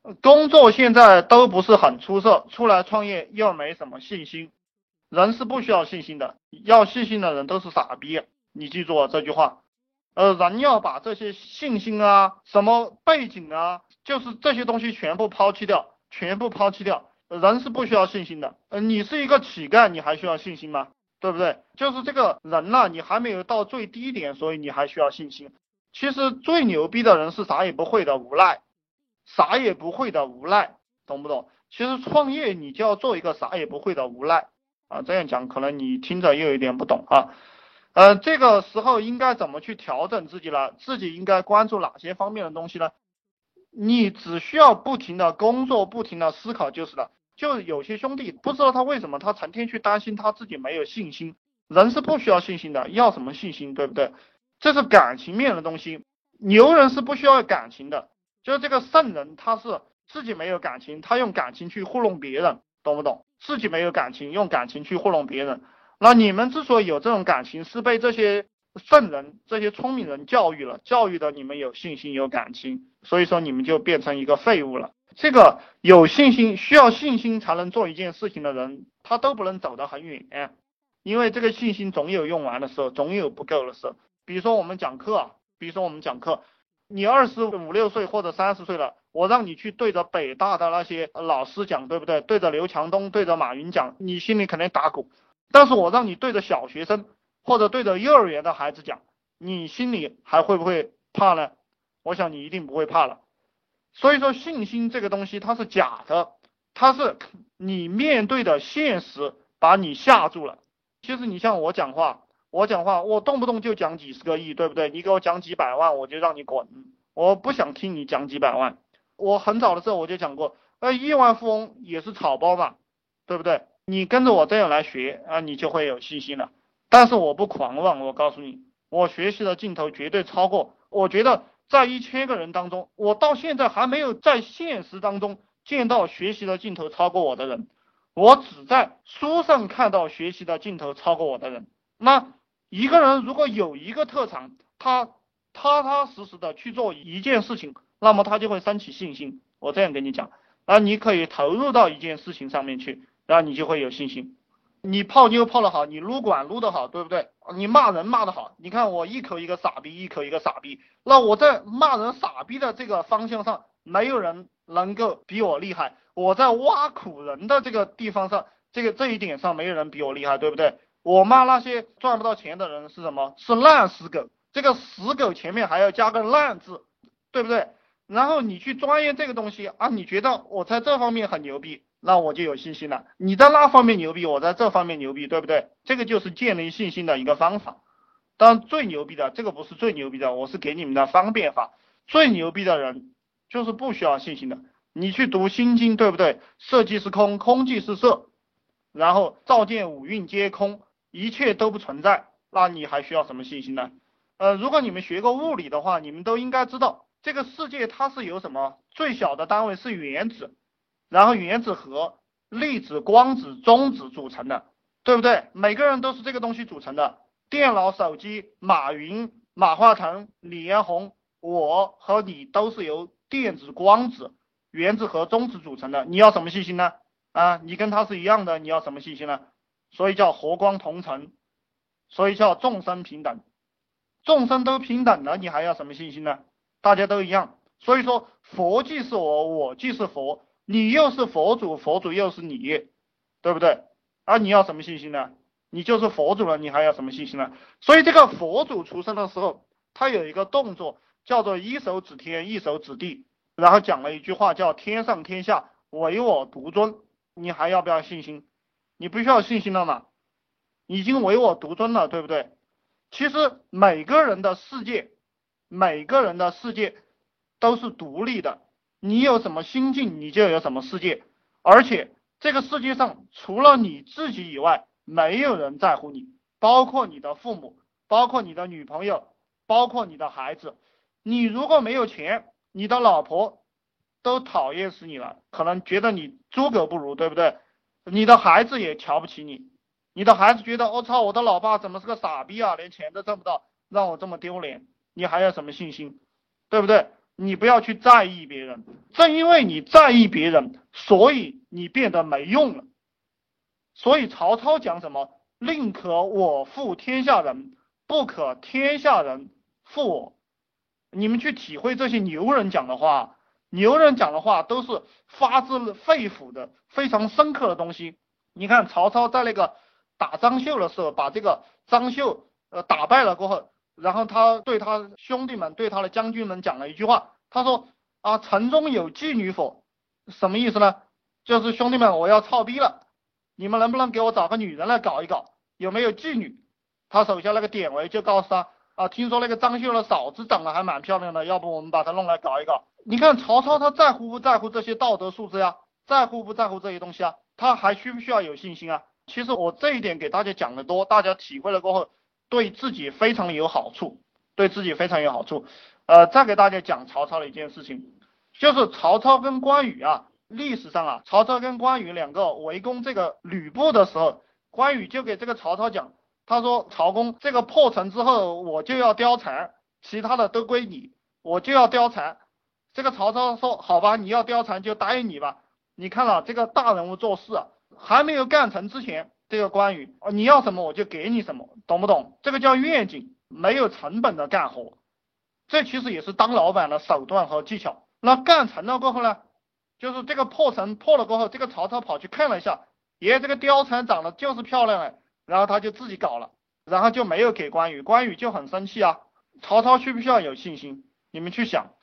工作现在都不是很出色，出来创业又没什么信心。人是不需要信心的，要信心的人都是傻逼，你记住这句话。人要把这些信心啊、什么背景啊，就是这些东西全部抛弃掉，全部抛弃掉。人是不需要信心的。你是一个乞丐，你还需要信心吗？对不对？就是这个人呐，你还没有到最低点，所以你还需要信心。其实最牛逼的人是啥也不会的无赖，啥也不会的无赖，懂不懂？其实创业你就要做一个啥也不会的无赖啊。这样讲可能你听着又有点不懂啊。这个时候应该怎么去调整自己了？自己应该关注哪些方面的东西呢？你只需要不停的工作，不停的思考就是了。就有些兄弟不知道他为什么，他成天去担心他自己没有信心。人是不需要信心的，要什么信心，对不对？这是感情面的东西。牛人是不需要感情的，就是这个圣人他是自己没有感情，他用感情去糊弄别人，懂不懂？自己没有感情，用感情去糊弄别人。那你们之所以有这种感情，是被这些圣人、这些聪明人教育了，教育的你们有信心、有感情，所以说你们就变成一个废物了。这个有信心、需要信心才能做一件事情的人，他都不能走得很远，因为这个信心总有用完的时候，总有不够的时候。比如说我们讲课，你25、6岁或者30岁了，我让你去对着北大的那些老师讲，对不对？对着刘强东、对着马云讲，你心里肯定打鼓。但是我让你对着小学生或者对着幼儿园的孩子讲，你心里还会不会怕呢？我想你一定不会怕了。所以说信心这个东西它是假的，它是你面对的现实把你吓住了。其实你像我讲话，我动不动就讲几十个亿，对不对？你给我讲几百万，我就让你滚，我不想听你讲几百万。我很早的时候我就讲过，亿万富翁也是草包嘛，对不对？你跟着我这样来学啊，你就会有信心了。但是我不狂妄，我告诉你，我学习的劲头绝对超过。我觉得在1000个人当中，我到现在还没有在现实当中见到学习的劲头超过我的人，我只在书上看到学习的劲头超过我的人。那一个人如果有一个特长，他踏踏实实的去做一件事情，那么他就会升起信心。我这样跟你讲，你可以投入到一件事情上面去。然后你就会有信心。你泡妞泡得好，你撸管撸得好，对不对？你骂人骂得好，你看我一口一个傻逼，一口一个傻逼。那我在骂人傻逼的这个方向上，没有人能够比我厉害。我在挖苦人的这个地方上，这一点上没有人比我厉害，对不对？我骂那些赚不到钱的人是什么？是烂死狗。这个死狗前面还要加个烂字，对不对？然后你去钻研这个东西啊，你觉得我在这方面很牛逼，那我就有信心了。你在那方面牛逼，我在这方面牛逼，对不对？这个就是建立信心的一个方法。当然最牛逼的，这个不是最牛逼的，我是给你们的方便法。最牛逼的人就是不需要信心的。你去读心经，对不对？色即是空，空即是色，然后照见五蕴皆空，一切都不存在，那你还需要什么信心呢？如果你们学过物理的话，你们都应该知道，这个世界它是由什么？最小的单位是原子，然后原子核、粒子、光子、中子组成的，对不对？每个人都是这个东西组成的。电脑、手机、马云、马化腾、李彦宏，我和你都是由电子、光子、原子核、中子组成的。你要什么信心呢？你跟他是一样的，你要什么信心呢？所以叫和光同尘，所以叫众生平等。众生都平等了，你还要什么信心呢？大家都一样。所以说佛即是我，我即是佛，你又是佛祖，佛祖又是你，对不对？你要什么信心呢？你就是佛祖了，你还要什么信心呢？所以这个佛祖出生的时候，他有一个动作叫做一手指天，一手指地，然后讲了一句话叫天上天下唯我独尊。你还要不要信心？你不需要信心了嘛，已经唯我独尊了，对不对？其实每个人的世界都是独立的，你有什么心境，你就有什么世界。而且这个世界上除了你自己以外，没有人在乎你，包括你的父母，包括你的女朋友，包括你的孩子。你如果没有钱，你的老婆都讨厌死你了，可能觉得你猪狗不如，对不对？你的孩子也瞧不起你，你的孩子觉得我操，我的老爸怎么是个傻逼啊，连钱都挣不到，让我这么丢脸，你还有什么信心？对不对？ 你不要去在意别人，正因为你在意别人，所以你变得没用了。所以曹操讲什么？宁可我负天下人，不可天下人负我。你们去体会这些牛人讲的话，牛人讲的话都是发自肺腑的，非常深刻的东西。你看曹操在那个打张绣的时候，把这个张绣打败了过后，然后他对他兄弟们，对他的将军们讲了一句话，他说啊，城中有妓女否？什么意思呢？就是兄弟们，我要操逼了，你们能不能给我找个女人来搞一搞？有没有妓女？他手下那个典韦就告诉他啊，听说那个张绣的嫂子长得还蛮漂亮的，要不我们把她弄来搞一搞？你看曹操他在乎不在乎这些道德素质呀？在乎不在乎这些东西啊？他还需不需要有信心啊？其实我这一点给大家讲的多，大家体会了过后，对自己非常有好处，对自己非常有好处。再给大家讲曹操的一件事情，就是曹操跟关羽啊，历史上啊，曹操跟关羽两个围攻这个吕布的时候，关羽就给这个曹操讲，他说曹公，这个破城之后我就要貂蝉，其他的都归你，我就要貂蝉。这个曹操说好吧，你要貂蝉就答应你吧。你看了这个大人物做事啊，还没有干成之前，这个关羽你要什么我就给你什么，懂不懂？这个叫愿景，没有成本的干活，这其实也是当老板的手段和技巧。那干成了过后呢，就是这个破城破了过后，这个曹操跑去看了一下，爷这个貂蝉长得就是漂亮哎，然后他就自己搞了，然后就没有给关羽，关羽就很生气啊。曹操需不需要有信心？你们去想，